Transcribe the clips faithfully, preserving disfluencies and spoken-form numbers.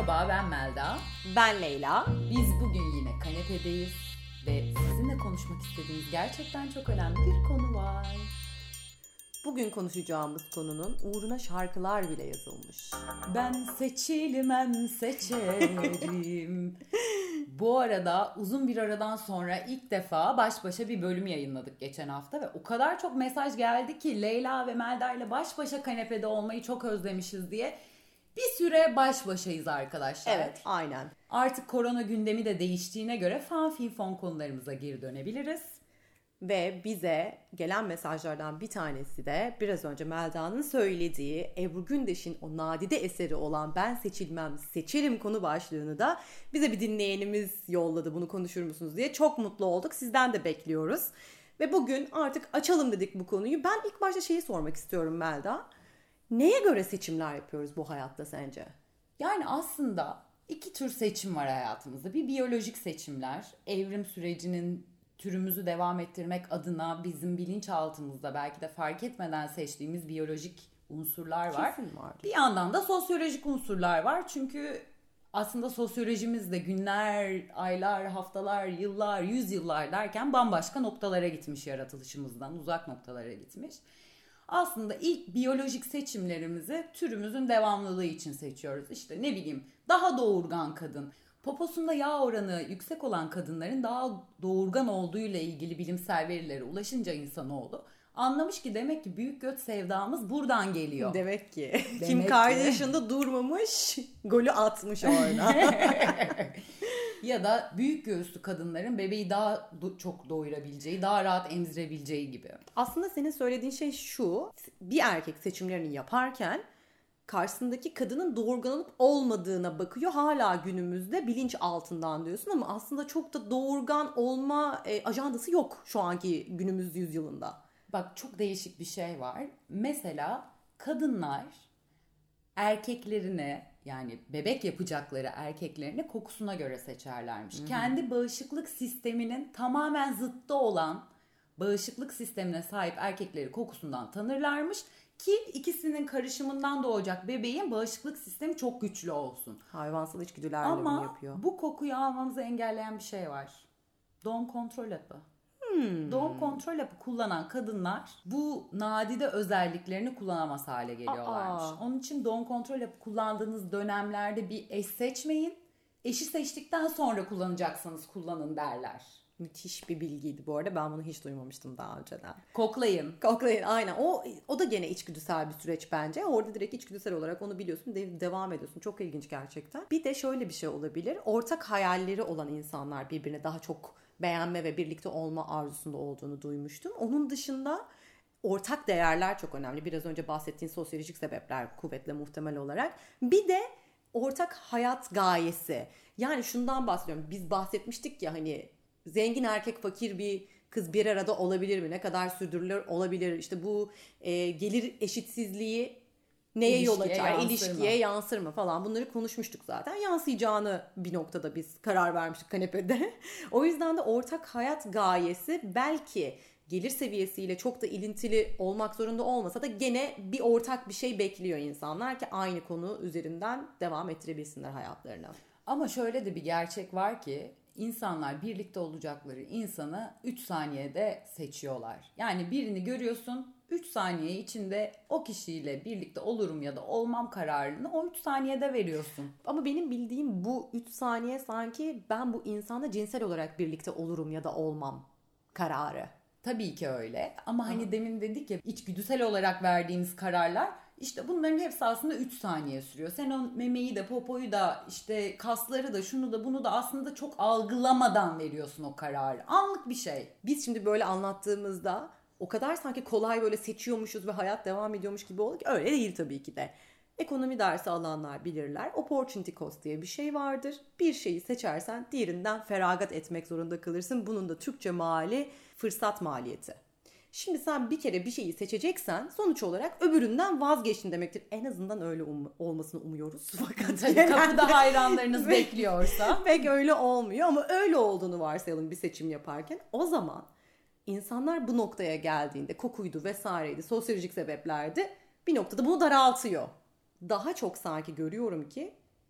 Merhaba, ben Melda. Ben Leyla. Biz bugün yine kanepedeyiz ve sizinle konuşmak istediğimiz gerçekten çok önemli bir konu var. Bugün konuşacağımız konunun uğruna şarkılar bile yazılmış. Ben seçilmem seçerim. Bu arada uzun bir aradan sonra ilk defa baş başa bir bölüm yayınladık geçen hafta ve o kadar çok mesaj geldi ki Leyla ve Melda ile baş başa kanepede olmayı çok özlemişiz diye. Bir süre baş başayız arkadaşlar. Evet, aynen. Artık korona gündemi de değiştiğine göre fan fin fon konularımıza geri dönebiliriz. Ve bize gelen mesajlardan bir tanesi de biraz önce Melda'nın söylediği Ebru Gündeş'in o nadide eseri olan Ben Seçilmem Seçerim konu başlığını da bize bir dinleyenimiz yolladı, bunu konuşur musunuz diye. Çok mutlu olduk. Sizden de bekliyoruz. Ve bugün artık açalım dedik bu konuyu. Ben ilk başta şeyi sormak istiyorum Melda. Neye göre seçimler yapıyoruz bu hayatta sence? Yani aslında iki tür seçim var hayatımızda. Bir biyolojik seçimler, evrim sürecinin türümüzü devam ettirmek adına bizim bilinçaltımızda belki de fark etmeden seçtiğimiz biyolojik unsurlar var. Kesin vardır. Bir yandan da sosyolojik unsurlar var. Çünkü aslında sosyolojimizde günler, aylar, haftalar, yıllar, yüzyıllar derken bambaşka noktalara gitmiş, yaratılışımızdan uzak noktalara gitmiş. Aslında ilk biyolojik seçimlerimizi türümüzün devamlılığı için seçiyoruz. İşte ne bileyim, daha doğurgan kadın. Poposunda yağ oranı yüksek olan kadınların daha doğurgan olduğuyla ilgili bilimsel verilere ulaşınca insanoğlu anlamış ki demek ki büyük göt sevdamız buradan geliyor. Demek ki. Demek Kim ki. Kardashian da durmamış, golü atmış orada. Ya da büyük göğüslü kadınların bebeği daha do- çok doyurabileceği, daha rahat emzirebileceği gibi. Aslında senin söylediğin şey şu: bir erkek seçimlerini yaparken karşısındaki kadının doğurgan olup olmadığına bakıyor. Hala günümüzde bilinç altından diyorsun ama aslında çok da doğurgan olma e, ajandası yok şu anki günümüz yüzyılında. Bak, çok değişik bir şey var. Mesela kadınlar erkeklerini, yani bebek yapacakları erkeklerini kokusuna göre seçerlermiş. Hı-hı. Kendi bağışıklık sisteminin tamamen zıttı olan bağışıklık sistemine sahip erkekleri kokusundan tanırlarmış ki ikisinin karışımından doğacak bebeğin bağışıklık sistemi çok güçlü olsun. Hayvansal içgüdülerle Ama bunu yapıyor. Ama bu kokuyu almamızı engelleyen bir şey var. Doğum kontrol hapı. Hmm. Doğum kontrol hapı kullanan kadınlar bu nadide özelliklerini kullanamaz hale geliyorlarmış. Aa. Onun için doğum kontrol hapı kullandığınız dönemlerde bir eş seçmeyin. Eşi seçtikten sonra kullanacaksanız kullanın derler. Müthiş bir bilgiydi bu arada. Ben bunu hiç duymamıştım daha önceden. Koklayın. Koklayın, aynen. O o da gene içgüdüsel bir süreç bence. Orada direkt içgüdüsel olarak onu biliyorsun, de- devam ediyorsun. Çok ilginç gerçekten. Bir de şöyle bir şey olabilir. Ortak hayalleri olan insanlar birbirine daha çok beğenme ve birlikte olma arzusunda olduğunu duymuştum. Onun dışında ortak değerler çok önemli. Biraz önce bahsettiğin sosyolojik sebepler kuvvetle muhtemel olarak. Bir de ortak hayat gayesi. Yani şundan bahsediyorum. Biz bahsetmiştik ya hani zengin erkek, fakir bir kız bir arada olabilir mi? Ne kadar sürdürülür olabilir? İşte bu e, gelir eşitsizliği neye İlişkiye yol açar? yansır İlişkiye mı? yansır mı falan, bunları konuşmuştuk zaten. Yansıyacağını bir noktada biz karar vermiştik kanepede. O yüzden de ortak hayat gayesi belki gelir seviyesiyle çok da ilintili olmak zorunda olmasa da gene bir ortak bir şey bekliyor insanlar ki aynı konu üzerinden devam ettirebilsinler hayatlarını. Ama şöyle de bir gerçek var ki İnsanlar birlikte olacakları insanı üç saniyede seçiyorlar. Yani birini görüyorsun, üç saniye içinde o kişiyle birlikte olurum ya da olmam kararını o üç saniyede veriyorsun. Ama benim bildiğim bu üç saniye sanki ben bu insanla cinsel olarak birlikte olurum ya da olmam kararı. Tabii ki öyle ama hani demin dedik ya, içgüdüsel olarak verdiğimiz kararlar, işte bunların hepsi aslında üç saniye sürüyor. Sen o memeyi de, popoyu da, işte kasları da, şunu da, bunu da aslında çok algılamadan veriyorsun o kararı. Anlık bir şey. Biz şimdi böyle anlattığımızda o kadar sanki kolay böyle seçiyormuşuz ve hayat devam ediyormuş gibi oldu ki öyle değil tabii ki de. Ekonomi dersi alanlar bilirler. Opportunity cost diye bir şey vardır. Bir şeyi seçersen diğerinden feragat etmek zorunda kalırsın. Bunun da Türkçe meali fırsat maliyeti. Şimdi sen bir kere bir şeyi seçeceksen sonuç olarak öbüründen vazgeçtin demektir. En azından öyle um- olmasını umuyoruz. Fakat tabii kapıda hayranlarınız bekliyorsa. Pek öyle olmuyor ama öyle olduğunu varsayalım bir seçim yaparken. O zaman insanlar bu noktaya geldiğinde, kokuydu vesaireydi, sosyolojik sebeplerdi, bir noktada bunu daraltıyor. Daha çok sanki görüyorum ki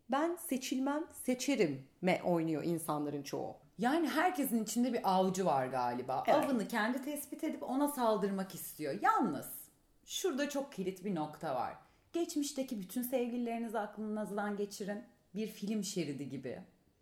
Ben seçilmem, seçerim me oynuyor insanların çoğu. Yani herkesin içinde bir avcı var galiba. Evet. Avını kendi tespit edip ona saldırmak istiyor. Yalnız şurada çok kilit bir nokta var. Geçmişteki bütün sevgililerinizi aklınızdan geçirin. Bir film şeridi gibi.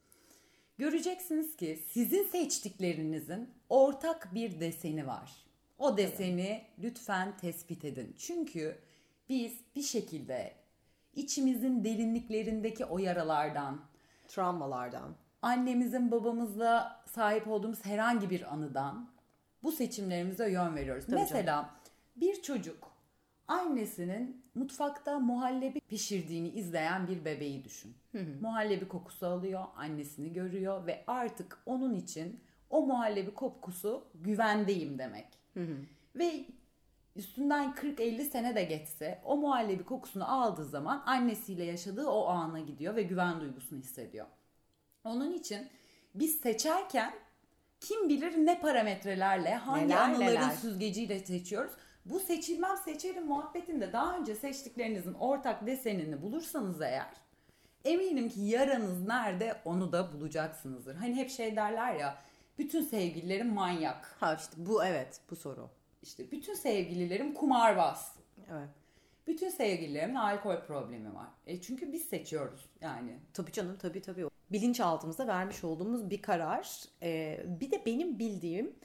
Göreceksiniz ki sizin seçtiklerinizin ortak bir deseni var. O deseni lütfen tespit edin. Çünkü biz bir şekilde içimizin derinliklerindeki o yaralardan, Travmalardan. annemizin babamızla sahip olduğumuz herhangi bir anıdan bu seçimlerimize yön veriyoruz. Tabii Mesela canım. bir çocuk annesinin mutfakta muhallebi pişirdiğini izleyen bir bebeği düşün. Hı hı. Muhallebi kokusu alıyor, annesini görüyor ve artık onun için o muhallebi kokusu güvendeyim demek. Hı hı. Ve üstünden kırk elli sene de geçse o muhallebi kokusunu aldığı zaman annesiyle yaşadığı o ana gidiyor ve güven duygusunu hissediyor. Onun için biz seçerken kim bilir ne parametrelerle, hangi neler, anıların neler. süzgeciyle seçiyoruz. Bu seçilmem seçerim muhabbetinde daha önce seçtiklerinizin ortak desenini bulursanız eğer, eminim ki yaranız nerede onu da bulacaksınızdır. Hani hep şey derler ya, bütün sevgililerim manyak. Ha işte bu evet bu soru. İşte bütün sevgililerim kumarbaz. Evet. Bütün sevgililerimin alkol problemi var. E çünkü biz seçiyoruz yani. Tabii canım tabii tabii. Bilinçaltımızda vermiş olduğumuz bir karar. Ee, bir de benim bildiğim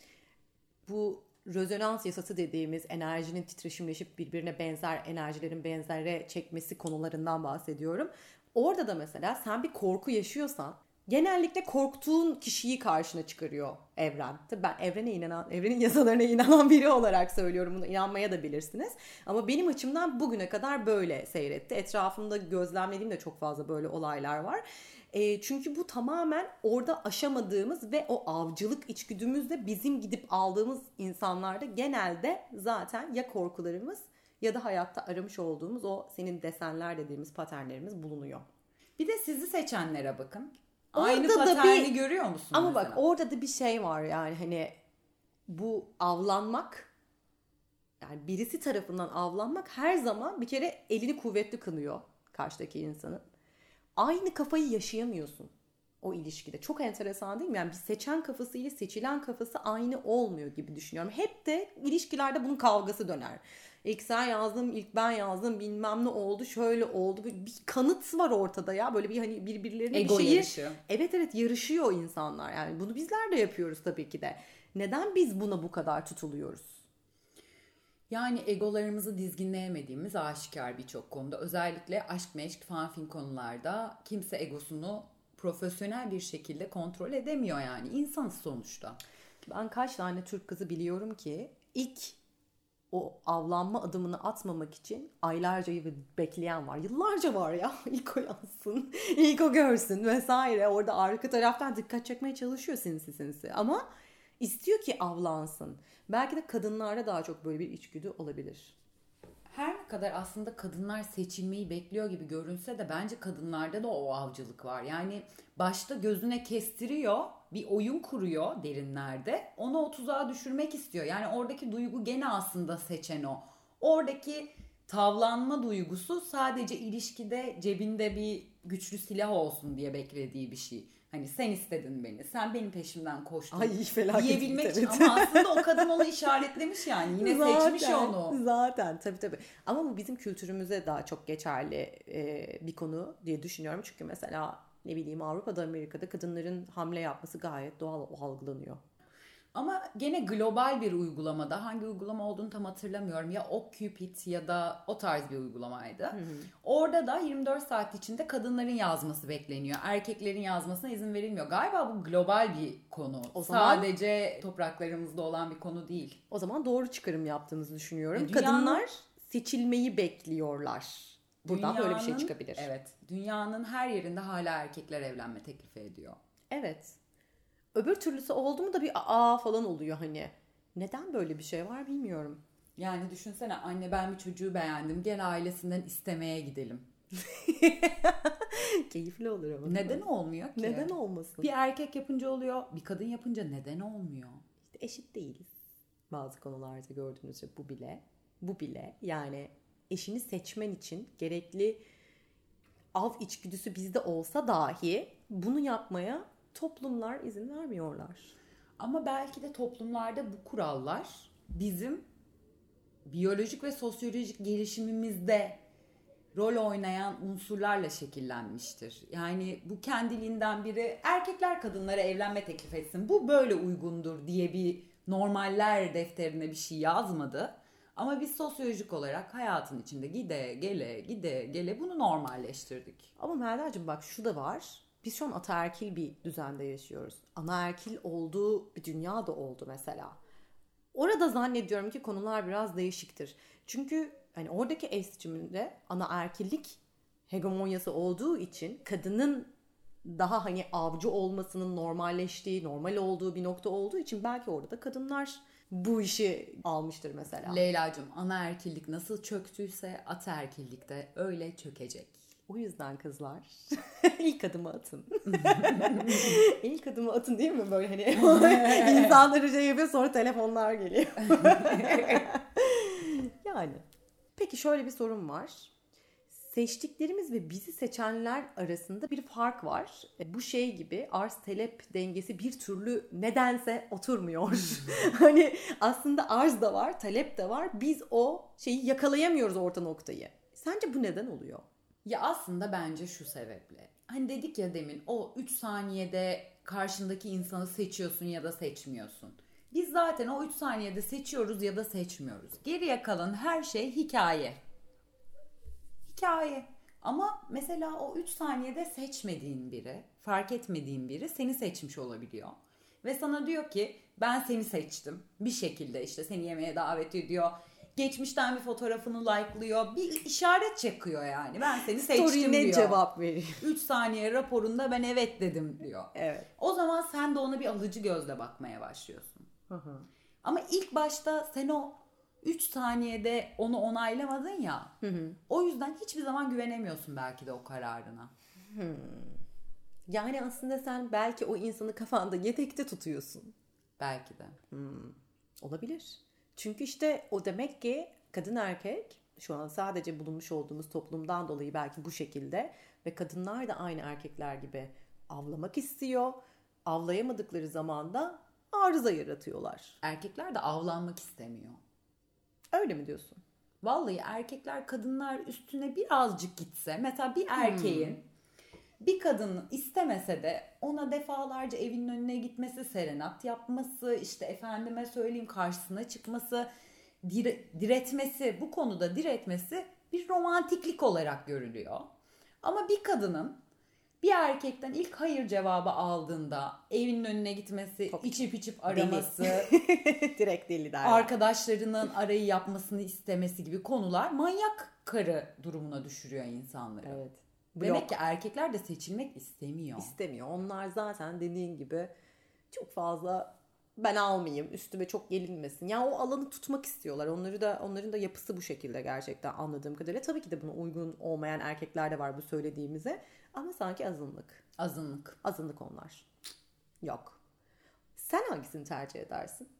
bu rezonans yasası dediğimiz enerjinin titreşimleşip birbirine benzer enerjilerin benzere çekmesi konularından bahsediyorum. Orada da mesela sen bir korku yaşıyorsan genellikle korktuğun kişiyi karşına çıkarıyor evren. Tabii ben evrene inanan, evrenin yasalarına inanan biri olarak söylüyorum bunu. İnanmaya da bilirsiniz. Ama benim açımdan bugüne kadar böyle seyretti. Etrafımda gözlemlediğim de çok fazla böyle olaylar var. E, çünkü bu tamamen orada aşamadığımız ve o avcılık içgüdümüzle bizim gidip aldığımız insanlarda genelde zaten ya korkularımız ya da hayatta aramış olduğumuz o senin desenler dediğimiz paternlerimiz bulunuyor. Bir de sizi seçenlere bakın. Orada Aynı paterni bir, görüyor musun? Ama mesela? Bak orada da bir şey var yani hani bu avlanmak, yani birisi tarafından avlanmak her zaman bir kere elini kuvvetli kınıyor karşıdaki insanın. Aynı kafayı yaşayamıyorsun o ilişkide. Çok enteresan değil mi? Yani bir seçen kafası ile seçilen kafası aynı olmuyor gibi düşünüyorum. Hep de ilişkilerde bunun kavgası döner. İlk sen yazdın, ilk ben yazdım, bilmem ne oldu, şöyle oldu. Bir kanıt var ortada ya. Böyle bir hani birbirlerine ego bir şeyi... yarışı. Evet evet yarışıyor insanlar. Yani bunu bizler de yapıyoruz tabii ki de. Neden biz buna bu kadar tutuluyoruz? Yani egolarımızı dizginleyemediğimiz aşikar birçok konuda. Özellikle aşk meşk fanfin konularda kimse egosunu profesyonel bir şekilde kontrol edemiyor yani. İnsan sonuçta. Ben kaç tane Türk kızı biliyorum ki ilk o avlanma adımını atmamak için aylarca bekleyen var. Yıllarca var ya. İlk o yazsın, ilk o görsün vesaire. Orada arka taraftan dikkat çekmeye çalışıyor sinsi sinsi. Ama istiyor ki avlansın. Belki de kadınlarda daha çok böyle bir içgüdü olabilir. Her ne kadar aslında kadınlar seçilmeyi bekliyor gibi görünse de bence kadınlarda da o avcılık var. Yani başta gözüne kestiriyor, bir oyun kuruyor derinlerde. Onu o tuzağa düşürmek istiyor. Yani oradaki duygu gene aslında seçen o. Oradaki tavlanma duygusu sadece ilişkide cebinde bir güçlü silah olsun diye beklediği bir şey. Hani sen istedin beni, sen benim peşimden koştun. Ay felaket diyebilmek için. Ama aslında o kadın onu işaretlemiş yani. Yine zaten, seçmiş onu. Zaten tabii tabii. Ama bu bizim kültürümüze daha çok geçerli e, bir konu diye düşünüyorum. Çünkü mesela ne bileyim Avrupa'da, Amerika'da kadınların hamle yapması gayet doğal algılanıyor. Ama gene global bir uygulamada, hangi uygulama olduğunu tam hatırlamıyorum, ya OkCupid ya da o tarz bir uygulamaydı. Hı hı. Orada da yirmi dört saat içinde kadınların yazması bekleniyor. Erkeklerin yazmasına izin verilmiyor. Galiba bu global bir konu. O zaman, sadece topraklarımızda olan bir konu değil. O zaman doğru çıkarım yaptığınızı düşünüyorum. E, dünyanın, kadınlar seçilmeyi bekliyorlar. Buradan böyle bir şey çıkabilir. Evet. Dünyanın her yerinde hala erkekler evlenme teklifi ediyor. Evet. Öbür türlüsü oldu mu da bir aa falan oluyor hani. Neden böyle bir şey var bilmiyorum. Yani düşünsene, anne ben bir çocuğu beğendim, gel ailesinden istemeye gidelim. Keyifli olur ama. Neden olmuyor ki? Neden olmasın? Bir erkek yapınca oluyor, bir kadın yapınca neden olmuyor? İşte eşit değiliz. Bazı konularda gördüğünüz gibi bu bile. Bu bile yani eşini seçmen için gerekli av içgüdüsü bizde olsa dahi bunu yapmaya toplumlar izin vermiyorlar. Ama belki de toplumlarda bu kurallar bizim biyolojik ve sosyolojik gelişimimizde rol oynayan unsurlarla şekillenmiştir. Yani bu kendiliğinden biri erkekler kadınlara evlenme teklif etsin, bu böyle uygundur diye bir normaller defterine bir şey yazmadı. Ama biz sosyolojik olarak hayatın içinde gide gele gide gele bunu normalleştirdik. Ama Melda'cığım bak şu da var. Biz şu an ataerkil bir düzende yaşıyoruz. Anaerkil olduğu bir dünya da oldu mesela. Orada zannediyorum ki konular biraz değişiktir. Çünkü hani oradaki eş seçiminde anaerkillik hegemonyası olduğu için kadının daha hani avcı olmasının normalleştiği, normal olduğu bir nokta olduğu için belki orada da kadınlar bu işi almıştır mesela. Leyla'cığım, anaerkillik nasıl çöktüyse ataerkillik de öyle çökecek. O yüzden kızlar ilk adımı atın. İlk adımı atın değil mi? Böyle hani insanları şey yapıyor sonra telefonlar geliyor. Yani. Peki şöyle bir sorun var. Seçtiklerimiz ve bizi seçenler arasında bir fark var. Bu şey gibi arz talep dengesi bir türlü nedense oturmuyor. Hani aslında arz da var, talep de var. Biz o şeyi yakalayamıyoruz orta noktayı. Sence bu neden oluyor? Ya aslında bence şu sebeple. Hani dedik ya demin, o üç saniyede karşındaki insanı seçiyorsun ya da seçmiyorsun. Biz zaten o üç saniyede seçiyoruz ya da seçmiyoruz. Geriye kalan her şey hikaye. Hikaye. Ama mesela o üç saniyede seçmediğin biri, fark etmediğin biri seni seçmiş olabiliyor. Ve sana diyor ki ben seni seçtim. Bir şekilde işte seni yemeğe davet ediyor. Geçmişten bir fotoğrafını like'lıyor. Bir işaret çakıyor yani. Ben seni seçtim Story'ne diyor. cevap veriyor. üç saniye raporunda ben evet dedim diyor. Evet. O zaman sen de ona bir alıcı gözle bakmaya başlıyorsun. Hı hı. Ama ilk başta sen o üç saniyede onu onaylamadın ya. Hı hı. O yüzden hiçbir zaman güvenemiyorsun belki de o kararına. Hmm. Yani aslında sen belki o insanı kafanda yedekte tutuyorsun. Belki de. Hmm. Olabilir. Çünkü işte o demek ki kadın erkek şu an sadece bulunmuş olduğumuz toplumdan dolayı belki bu şekilde ve kadınlar da aynı erkekler gibi avlamak istiyor. Avlayamadıkları zaman da arıza yaratıyorlar. Erkekler de avlanmak istemiyor. Öyle mi diyorsun? Vallahi erkekler kadınlar üstüne birazcık gitse, mesela bir erkeğin hmm. bir kadını istemese de ona defalarca evinin önüne gitmesi, serenat yapması, işte efendime söyleyeyim karşısına çıkması, dire- diretmesi, bu konuda diretmesi bir romantiklik olarak görülüyor. Ama bir kadının bir erkekten ilk hayır cevabı aldığında evinin önüne gitmesi, Top. içip içip araması, direkt deli derler. Arkadaşlarının arayı yapmasını istemesi gibi konular manyak karı durumuna düşürüyor insanları. Evet. Demek Blok. ki erkekler de seçilmek istemiyor. İstemiyor. Onlar zaten dediğin gibi çok fazla ben almayayım, üstüme çok gelinmesin. Ya o alanı tutmak istiyorlar. Onları da onların da yapısı bu şekilde gerçekten anladığım kadarıyla. Tabii ki de buna uygun olmayan erkekler de var bu söylediğimize. Ama sanki azınlık. Azınlık. Azınlık onlar. Yok. Sen hangisini tercih edersin?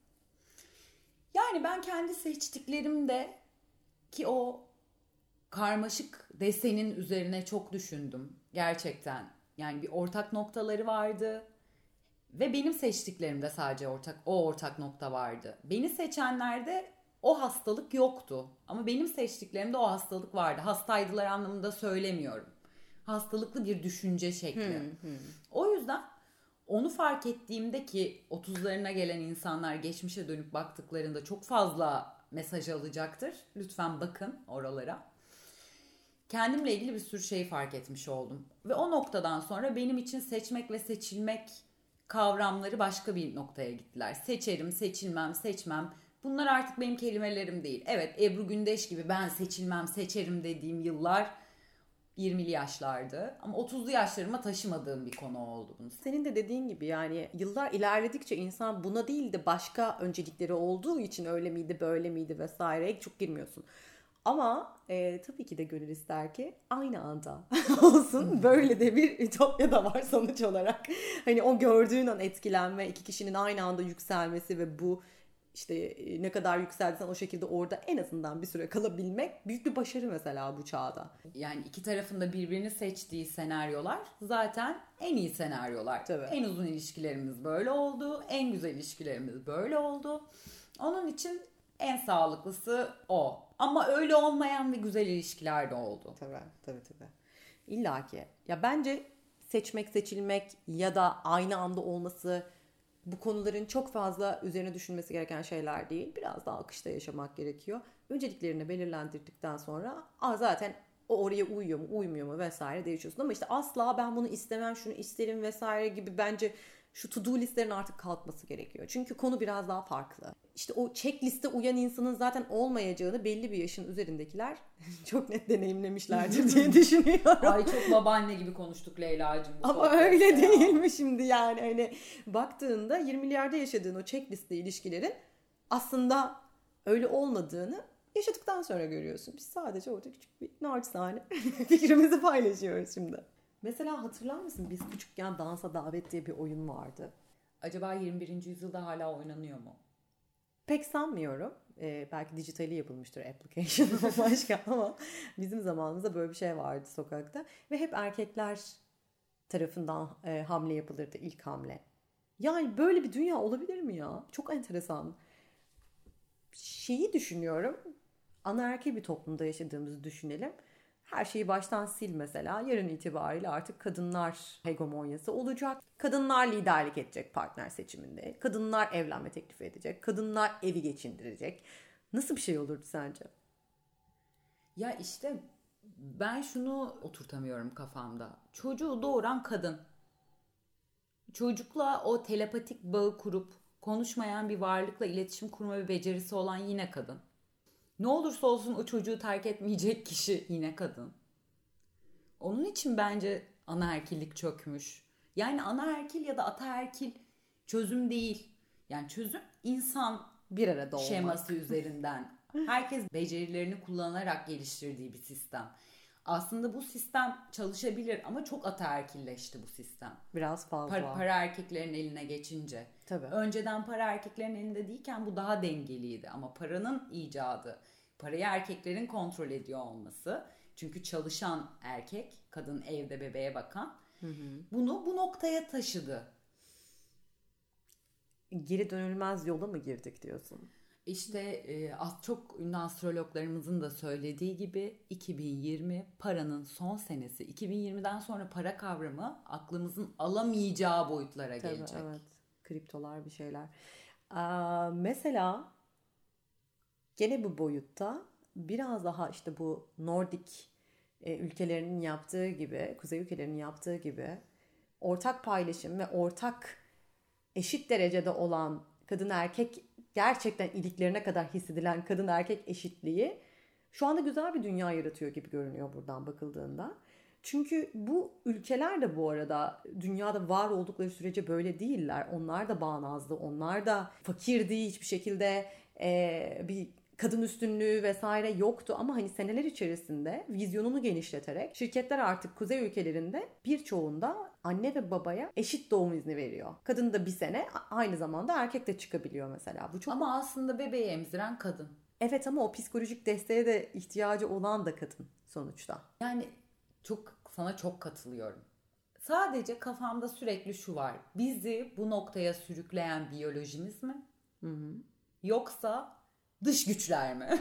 Yani ben kendi seçtiklerimde ki o karmaşık desenin üzerine çok düşündüm. Gerçekten. Yani bir ortak noktaları vardı. Ve benim seçtiklerimde sadece ortak o ortak nokta vardı. Beni seçenlerde o hastalık yoktu. Ama benim seçtiklerimde o hastalık vardı. Hastaydılar anlamında söylemiyorum. Hastalıklı bir düşünce şekli. Hmm, hmm. O yüzden onu fark ettiğimde ki otuzlarına gelen insanlar geçmişe dönüp baktıklarında çok fazla mesaj alacaktır. Lütfen bakın oralara. Kendimle ilgili bir sürü şey fark etmiş oldum. Ve o noktadan sonra benim için seçmek ve seçilmek kavramları başka bir noktaya gittiler. Seçerim, seçilmem, seçmem. Bunlar artık benim kelimelerim değil. Evet, Ebru Gündeş gibi ben seçilmem, seçerim dediğim yıllar yirmili yaşlardı. Ama otuzlu yaşlarıma taşımadığım bir konu oldu bunun. Senin de dediğin gibi yani yıllar ilerledikçe insan buna değil de başka öncelikleri olduğu için öyle miydi, böyle miydi vesaireye çok girmiyorsun. Ama e, tabii ki de gönül ister ki aynı anda olsun. Böyle de bir ütopya da var sonuç olarak. Hani o gördüğün an etkilenme, iki kişinin aynı anda yükselmesi ve bu işte ne kadar yükseldiysen o şekilde orada en azından bir süre kalabilmek büyük bir başarı mesela bu çağda. Yani iki tarafında birbirini seçtiği senaryolar zaten en iyi senaryolar. Tabii. En uzun ilişkilerimiz böyle oldu. En güzel ilişkilerimiz böyle oldu. Onun için en sağlıklısı o. Ama öyle olmayan ve güzel ilişkiler de oldu. Tabii tabii tabii. İlla ki. Ya bence seçmek, seçilmek ya da aynı anda olması bu konuların çok fazla üzerine düşünmesi gereken şeyler değil. Biraz daha akışta yaşamak gerekiyor. Önceliklerini belirlendirdikten sonra Aa, zaten o oraya uyuyor mu, uymuyor mu vesaire değişiyorsun. Ama işte asla ben bunu istemem, şunu isterim vesaire gibi bence şu to do listlerin artık kalkması gerekiyor. Çünkü konu biraz daha farklı. İşte o checkliste uyan insanın zaten olmayacağını belli bir yaşın üzerindekiler çok net deneyimlemişlerdir diye düşünüyorum. Ay çok babaanne gibi konuştuk Leyla'cığım. Ama öyle ya. Değil mi şimdi yani hani baktığında yirmilerde yaşadığın o checkliste ilişkilerin aslında öyle olmadığını yaşadıktan sonra görüyorsun. Biz sadece orada küçük bir naçizane fikrimizi paylaşıyoruz şimdi. Mesela hatırlar mısın biz küçükken Dansa Davet diye bir oyun vardı. Acaba yirmi birinci yüzyılda hala oynanıyor mu? Pek sanmıyorum. Ee, belki dijitali yapılmıştır application başka ama bizim zamanımızda böyle bir şey vardı sokakta. Ve hep erkekler tarafından e, hamle yapılırdı ilk hamle. Yani böyle bir dünya olabilir mi ya? Çok enteresan. Şeyi düşünüyorum. Anaerkil bir toplumda yaşadığımızı düşünelim. Her şeyi baştan sil mesela. Yarın itibariyle artık kadınlar hegemonyası olacak. Kadınlar liderlik edecek partner seçiminde. Kadınlar evlenme teklifi edecek. Kadınlar evi geçindirecek. Nasıl bir şey olurdu sence? Ya işte ben şunu oturtamıyorum kafamda. Çocuğu doğuran kadın. Çocukla o telepatik bağı kurup konuşmayan bir varlıkla iletişim kurma bir becerisi olan yine kadın. Ne olursa olsun o çocuğu terk etmeyecek kişi yine kadın. Onun için bence anaerkillik çökmüş. Yani anaerkil ya da ataerkil çözüm değil. Yani çözüm insan bir arada olmak. Şeması üzerinden. Herkes becerilerini kullanarak geliştirdiği bir sistem. Aslında bu sistem çalışabilir ama çok ataerkilleşti bu sistem. Biraz fazla. Para, para erkeklerin eline geçince. Tabii. Önceden para erkeklerin elinde değilken bu daha dengeliydi. Ama paranın icadı, parayı erkeklerin kontrol ediyor olması. Çünkü çalışan erkek, kadın evde bebeğe bakan. Hı hı. Bunu bu noktaya taşıdı. Geri dönülmez yola mı girdik diyorsun? İşte e, az çok ünlü astrologlarımızın da söylediği gibi iki bin yirmi paranın son senesi. iki bin yirmiden sonra para kavramı aklımızın alamayacağı boyutlara Tabii, gelecek. Evet. Kriptolar bir şeyler. Aa, mesela gene bu boyutta biraz daha işte bu Nordik e, ülkelerinin yaptığı gibi, kuzey ülkelerinin yaptığı gibi ortak paylaşım ve ortak eşit derecede olan kadın erkek gerçekten iliklerine kadar hissedilen kadın erkek eşitliği şu anda güzel bir dünya yaratıyor gibi görünüyor buradan bakıldığında. Çünkü bu ülkeler de bu arada dünyada var oldukları sürece böyle değiller. Onlar da bağnazdı, onlar da fakirdi, hiçbir şekilde e, bir kadın üstünlüğü vesaire yoktu. Ama hani seneler içerisinde vizyonunu genişleterek şirketler artık kuzey ülkelerinde birçoğunda anne ve babaya eşit doğum izni veriyor. Kadın da bir sene, aynı zamanda erkek de çıkabiliyor mesela. Bu çok... Ama aslında bebeği emziren kadın. Evet ama o psikolojik desteğe de ihtiyacı olan da kadın sonuçta. Yani çok sana çok katılıyorum. Sadece kafamda sürekli şu var. Bizi bu noktaya sürükleyen biyolojimiz mi? Hı hı. Yoksa dış güçler mi?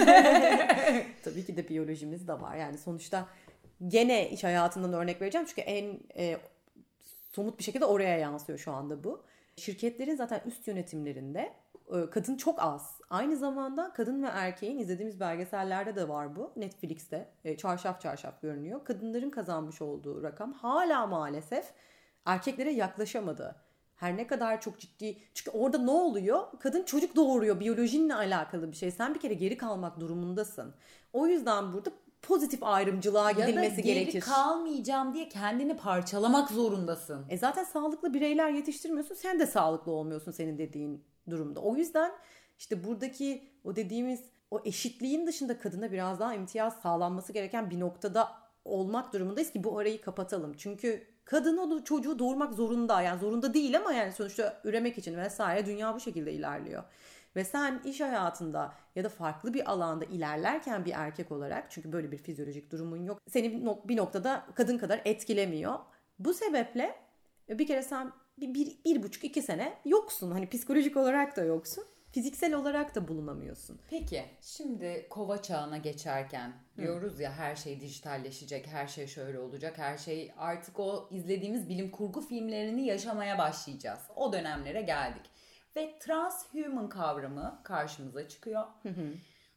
Tabii ki de biyolojimiz de var. Yani sonuçta gene iş hayatından örnek vereceğim. Çünkü en e, somut bir şekilde oraya yansıyor şu anda bu. Şirketlerin zaten üst yönetimlerinde e, kadın çok az. Aynı zamanda kadın ve erkeğin izlediğimiz belgesellerde de var bu. Netflix'te e, çarşaf çarşaf görünüyor. Kadınların kazanmış olduğu rakam hala maalesef erkeklere yaklaşamadı. Her ne kadar çok ciddi... Çünkü orada ne oluyor? Kadın çocuk doğuruyor. Biyolojinle alakalı bir şey. Sen bir kere geri kalmak durumundasın. O yüzden burada pozitif ayrımcılığa gidilmesi gerekir. Ya da geri gerekir. Kalmayacağım diye kendini parçalamak zorundasın. E zaten sağlıklı bireyler yetiştirmiyorsun. Sen de sağlıklı olmuyorsun senin dediğin durumda. O yüzden işte buradaki o dediğimiz o eşitliğin dışında kadına biraz daha imtiyaz sağlanması gereken bir noktada olmak durumundayız ki bu arayı kapatalım. Çünkü kadın o çocuğu doğurmak zorunda. Yani zorunda değil ama yani sonuçta üremek için vesaire dünya bu şekilde ilerliyor. Ve sen iş hayatında ya da farklı bir alanda ilerlerken bir erkek olarak, çünkü böyle bir fizyolojik durumun yok, seni bir noktada kadın kadar etkilemiyor. Bu sebeple bir kere sen bir, bir, bir buçuk iki sene yoksun. Hani psikolojik olarak da yoksun. Fiziksel olarak da bulunamıyorsun. Peki şimdi kova çağına geçerken diyoruz ya, her şey dijitalleşecek, her şey şöyle olacak, her şey artık o izlediğimiz bilim kurgu filmlerini yaşamaya başlayacağız. O dönemlere geldik. Ve transhuman kavramı karşımıza çıkıyor. Hı hı.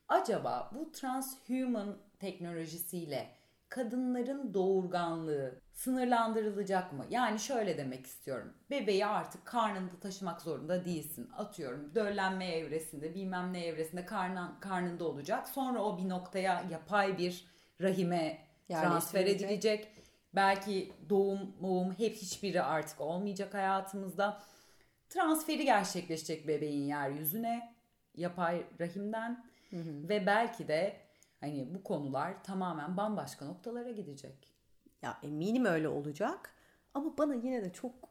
Acaba bu transhuman teknolojisiyle kadınların doğurganlığı sınırlandırılacak mı? Yani şöyle demek istiyorum. Bebeği artık karnında taşımak zorunda değilsin. Atıyorum döllenme evresinde, bilmem ne evresinde karnın, karnında olacak. Sonra o bir noktaya yapay bir rahime transfer edilecek. Belki doğum, doğum hep hiçbiri artık olmayacak hayatımızda. Transferi gerçekleşecek bebeğin yeryüzüne, yapay rahimden. Hı hı. Ve belki de hani bu konular tamamen bambaşka noktalara gidecek. Ya eminim öyle olacak. Ama bana yine de çok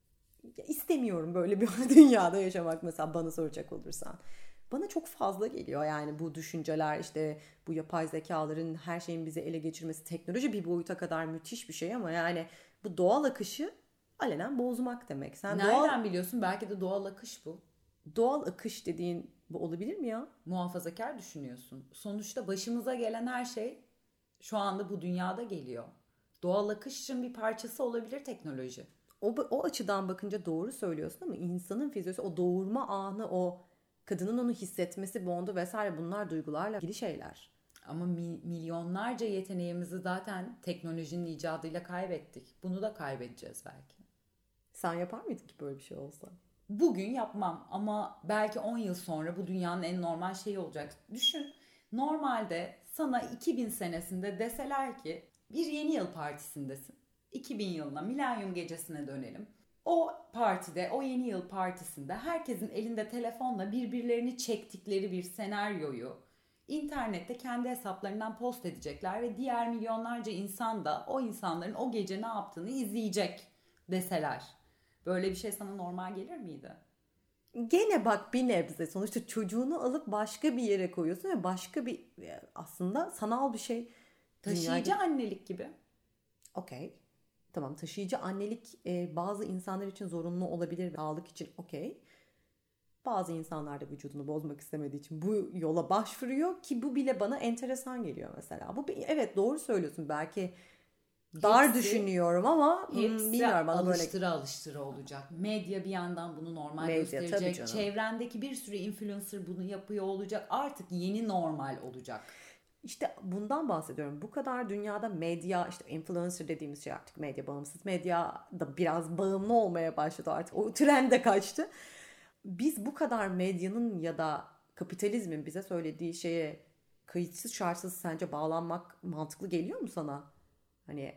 ya istemiyorum böyle bir dünyada yaşamak, mesela bana soracak olursan. Bana çok fazla geliyor yani bu düşünceler, işte bu yapay zekaların her şeyin bize ele geçirmesi, teknoloji bir boyuta kadar müthiş bir şey ama yani bu doğal akışı alenen bozmak demek. Sen nereden doğal... biliyorsun? Belki de doğal akış bu. Doğal akış dediğin bu olabilir mi ya? Muhafazakar düşünüyorsun. Sonuçta başımıza gelen her şey şu anda bu dünyada geliyor. Doğal akışın bir parçası olabilir teknoloji. O, o açıdan bakınca doğru söylüyorsun ama insanın fizyolojisi, o doğurma anı, o kadının onu hissetmesi, bondu vesaire, bunlar duygularla ilgili şeyler. Ama mi, milyonlarca yeteneğimizi zaten teknolojinin icadıyla kaybettik. Bunu da kaybedeceğiz belki. Sen yapar mıydın ki böyle bir şey olsa? Bugün yapmam ama belki on yıl sonra bu dünyanın en normal şeyi olacak. Düşün, normalde sana iki bin senesinde deseler ki bir yeni yıl partisindesin. iki bin yılına, milenyum gecesine dönelim. O partide, o yeni yıl partisinde herkesin elinde telefonla birbirlerini çektikleri bir senaryoyu internette kendi hesaplarından post edecekler ve diğer milyonlarca insan da o insanların o gece ne yaptığını izleyecek deseler. Böyle bir şey sana normal gelir miydi? Gene bak bir nebze, sonuçta çocuğunu alıp başka bir yere koyuyorsun ve başka bir, aslında sanal bir şey. Taşıyıcı Dünyada... annelik gibi. Okey. Tamam, taşıyıcı annelik e, bazı insanlar için zorunlu olabilir. Sağlık için okey. Bazı insanlar da vücudunu bozmak istemediği için bu yola başvuruyor ki bu bile bana enteresan geliyor mesela. Bu evet, doğru söylüyorsun. Belki dar hepsi, düşünüyorum ama hepsi bilmiyorum. Alıştıra böyle... alıştıra olacak. Medya bir yandan bunu normal Medya, gösterecek. Çevrendeki bir sürü influencer bunu yapıyor olacak. Artık yeni normal olacak. İşte bundan bahsediyorum. Bu kadar dünyada medya, işte influencer dediğimiz şey, artık medya, bağımsız medya da biraz bağımlı olmaya başladı artık. O tren de kaçtı. Biz bu kadar medyanın ya da kapitalizmin bize söylediği şeye kayıtsız şartsız sence bağlanmak mantıklı geliyor mu sana? Hani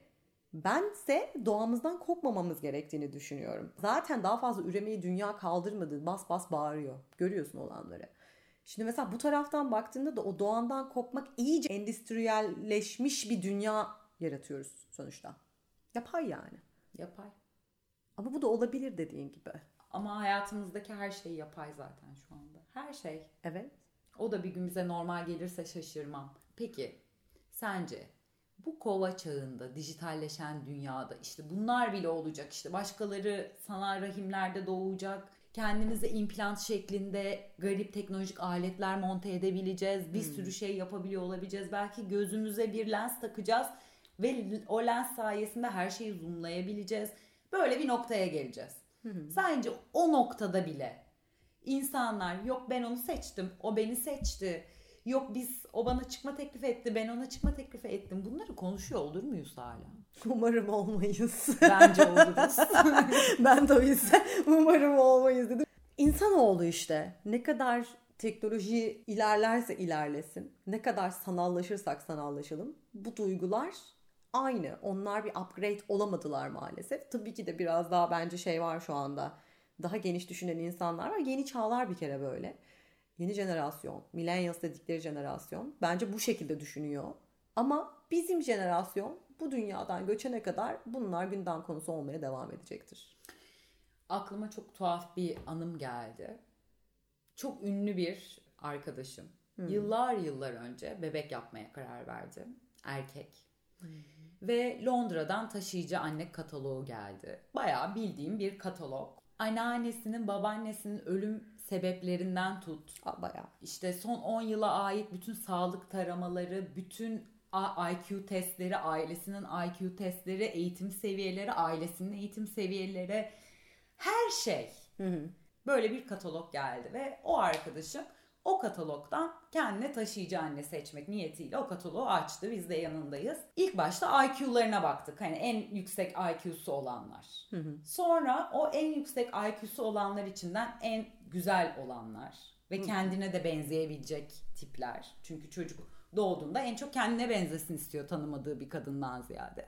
bense doğamızdan kopmamamız gerektiğini düşünüyorum. Zaten daha fazla üremeyi dünya kaldırmadı. Bas bas bağırıyor. Görüyorsun olanları. Şimdi mesela bu taraftan baktığında da o doğandan kopmak, iyice endüstriyelleşmiş bir dünya yaratıyoruz sonuçta. Yapay yani. Yapay. Ama bu da olabilir dediğin gibi. Ama hayatımızdaki her şey yapay zaten şu anda. Her şey. Evet. O da bir gün bize normal gelirse şaşırmam. Peki sence bu kova çağında, dijitalleşen dünyada işte bunlar bile olacak, işte başkaları sanal rahimlerde doğacak. Kendimize implant şeklinde garip teknolojik aletler monte edebileceğiz. Bir hmm. sürü şey yapabiliyor olabileceğiz. Belki gözümüze bir lens takacağız ve o lens sayesinde her şeyi zoomlayabileceğiz. Böyle bir noktaya geleceğiz. Hmm. Sence o noktada bile insanlar yok ben onu seçtim, o beni seçti. Yok biz o bana çıkma teklif etti, ben ona çıkma teklifi ettim. Bunları konuşuyor olur muyuz hala? Umarım olmayız. Bence oluruz. Ben de o yüzden umarım olmayız dedim. İnsanoğlu işte ne kadar teknoloji ilerlerse ilerlesin, ne kadar sanallaşırsak sanallaşalım, bu duygular aynı. Onlar bir upgrade olamadılar maalesef. Tabii ki de biraz daha bence şey var şu anda. Daha geniş düşünen insanlar var. Yeni çağlar bir kere böyle. Yeni jenerasyon, millennials dedikleri jenerasyon bence bu şekilde düşünüyor. Ama bizim jenerasyon bu dünyadan göçene kadar bunlar gündem konusu olmaya devam edecektir. Aklıma çok tuhaf bir anım geldi. çok ünlü bir arkadaşım. Hmm. Yıllar yıllar önce bebek yapmaya karar verdi. Erkek. Hmm. Ve Londra'dan taşıyıcı anne kataloğu geldi. Bayağı bildiğim bir katalog. Anneannesinin, babaannesinin ölüm sebeplerinden tut. Aa, bayağı. İşte son on yıla ait bütün sağlık taramaları, bütün I Q testleri, ailesinin I Q testleri, eğitim seviyeleri, ailesinin eğitim seviyeleri, her şey. Hı hı. Böyle bir katalog geldi ve o arkadaşım o katalogdan kendine taşıyıcı anne seçmek niyetiyle o kataloğu açtı. Biz de yanındayız. İlk başta I Q'larına baktık. Hani en yüksek I Q'su olanlar. Hı hı. Sonra o en yüksek I Q'su olanlar içinden en güzel olanlar ve hı. kendine de benzeyebilecek tipler. Çünkü çocuk doğduğunda en çok kendine benzesin istiyor tanımadığı bir kadından ziyade.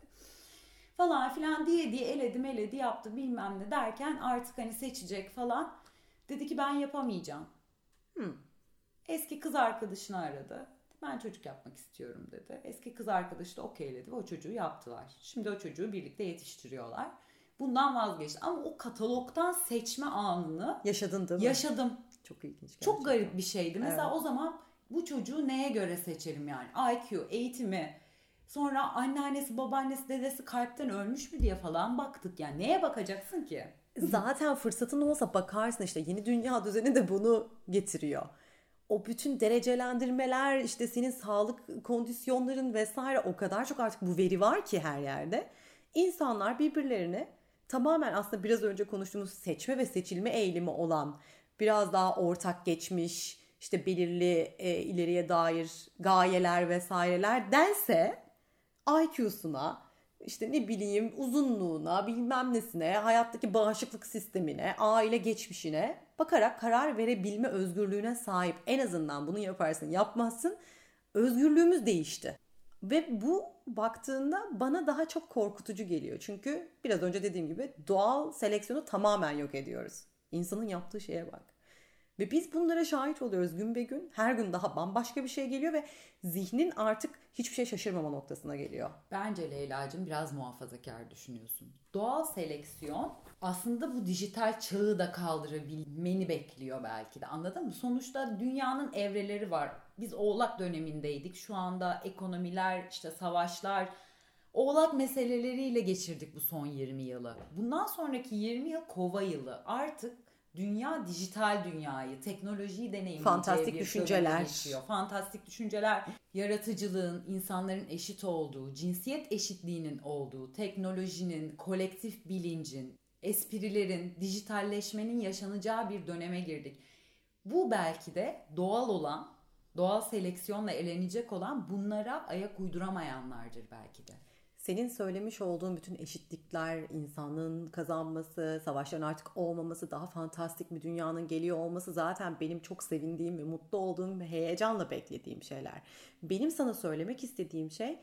Falan filan diye diye eledi meledi yaptı bilmem ne derken artık hani seçecek falan. Dedi ki ben yapamayacağım. Hmm. Eski kız arkadaşını aradı. Ben çocuk yapmak istiyorum dedi. Eski kız arkadaşı da okeyledi ve o çocuğu yaptılar. Şimdi o çocuğu birlikte yetiştiriyorlar. Bundan vazgeçti. Ama o katalogdan seçme anını yaşadın değil mi? Yaşadım. Çok ilginç gerçekten. Çok garip bir şeydi. Mesela evet. O zaman bu çocuğu neye göre seçelim yani? I Q, eğitimi, sonra anneannesi, babaannesi, dedesi kalpten ölmüş mü diye falan baktık. Yani neye bakacaksın ki? Zaten fırsatın olsa bakarsın işte yeni dünya düzeni de bunu getiriyor. O bütün derecelendirmeler işte senin sağlık kondisyonların vesaire o kadar çok artık bu veri var ki her yerde. İnsanlar birbirlerini tamamen aslında biraz önce konuştuğumuz seçme ve seçilme eğilimi olan biraz daha ortak geçmiş işte belirli e, ileriye dair gayeler vesaireler dense I Q'suna işte ne bileyim uzunluğuna bilmem nesine hayattaki bağışıklık sistemine aile geçmişine bakarak karar verebilme özgürlüğüne sahip en azından bunu yaparsın yapmazsın özgürlüğümüz değişti. Ve bu baktığında bana daha çok korkutucu geliyor. Çünkü biraz önce dediğim gibi doğal seleksiyonu tamamen yok ediyoruz. İnsanın yaptığı şeye bak. Ve biz bunlara şahit oluyoruz gün be gün. Her gün daha bambaşka bir şey geliyor ve zihnin artık hiçbir şey şaşırmama noktasına geliyor. Bence Leyla'cığım biraz muhafazakar düşünüyorsun. Doğal seleksiyon aslında bu dijital çağı da kaldırabilmeni bekliyor belki de. Anladın mı? Sonuçta dünyanın evreleri var. Biz Oğlak dönemindeydik. Şu anda ekonomiler, işte savaşlar, Oğlak meseleleriyle geçirdik bu son yirmi yılı. Bundan sonraki yirmi yıl Kova yılı. Artık dünya dijital dünyayı, teknolojiyi deneyimleyeceği fantastik bir düşünceler geçiyor. Fantastik düşünceler, yaratıcılığın, insanların eşit olduğu, cinsiyet eşitliğinin olduğu, teknolojinin, kolektif bilincin, esprilerin, dijitalleşmenin yaşanacağı bir döneme girdik. Bu belki de doğal olan, doğal seleksiyonla elenecek olan bunlara ayak uyduramayanlardır belki de. Senin söylemiş olduğun bütün eşitlikler, insanlığın kazanması, savaşların artık olmaması, daha fantastik bir dünyanın geliyor olması zaten benim çok sevindiğim ve mutlu olduğum ve heyecanla beklediğim şeyler. Benim sana söylemek istediğim şey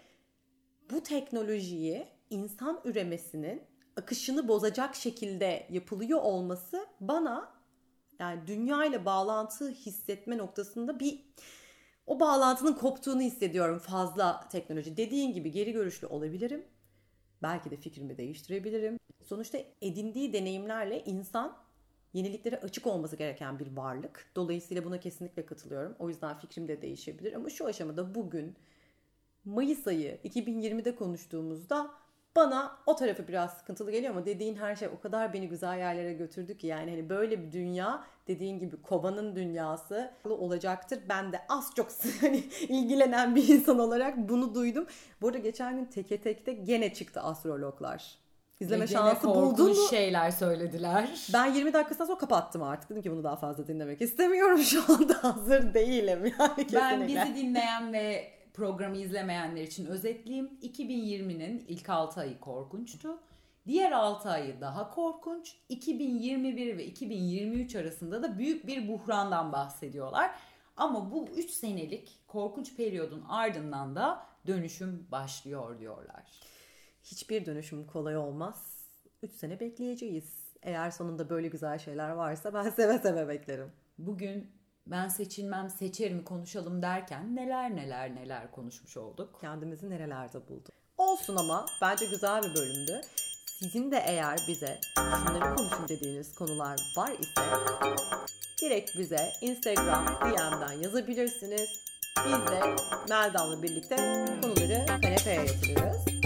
bu teknolojiyi insan üremesinin akışını bozacak şekilde yapılıyor olması bana yani dünya ile bağlantı hissetme noktasında bir o bağlantının koptuğunu hissediyorum fazla teknoloji. Dediğin gibi geri görüşlü olabilirim. Belki de fikrimi değiştirebilirim. Sonuçta edindiği deneyimlerle insan yeniliklere açık olması gereken bir varlık. Dolayısıyla buna kesinlikle katılıyorum. O yüzden fikrim de değişebilir. Ama şu aşamada bugün Mayıs ayı iki bin yirmide konuştuğumuzda bana o tarafı biraz sıkıntılı geliyor ama dediğin her şey o kadar beni güzel yerlere götürdü ki yani hani böyle bir dünya dediğin gibi kovanın dünyası olacaktır. Ben de az çok hani ilgilenen bir insan olarak bunu duydum. Bu arada geçen gün Teke Tek'te gene çıktı astrologlar. İzleme şansı buldun mu? Şeyler söylediler. Ben yirmi dakikasından sonra kapattım artık. Dedim ki bunu daha fazla dinlemek istemiyorum. Şu anda hazır değilim yani kesinlikle. Ben bizi dinleyen ve programı izlemeyenler için özetleyeyim. iki bin yirminin ilk altı ayı korkunçtu. Diğer altı ayı daha korkunç. iki bin yirmi bir ve iki bin yirmi üç arasında da büyük bir buhrandan bahsediyorlar. Ama bu üç senelik korkunç periyodun ardından da dönüşüm başlıyor diyorlar. Hiçbir dönüşüm kolay olmaz. üç sene bekleyeceğiz. Eğer sonunda böyle güzel şeyler varsa ben seve seve beklerim. Bugün ben seçilmem, seçerim konuşalım derken neler neler neler konuşmuş olduk. Kendimizi nerelerde bulduk. Olsun ama bence güzel bir bölümdü. Sizin de eğer bize şunları konuşun dediğiniz konular var ise direkt bize Instagram D M'den yazabilirsiniz. Biz de Melda'la birlikte konuları kanepeye yatırırız.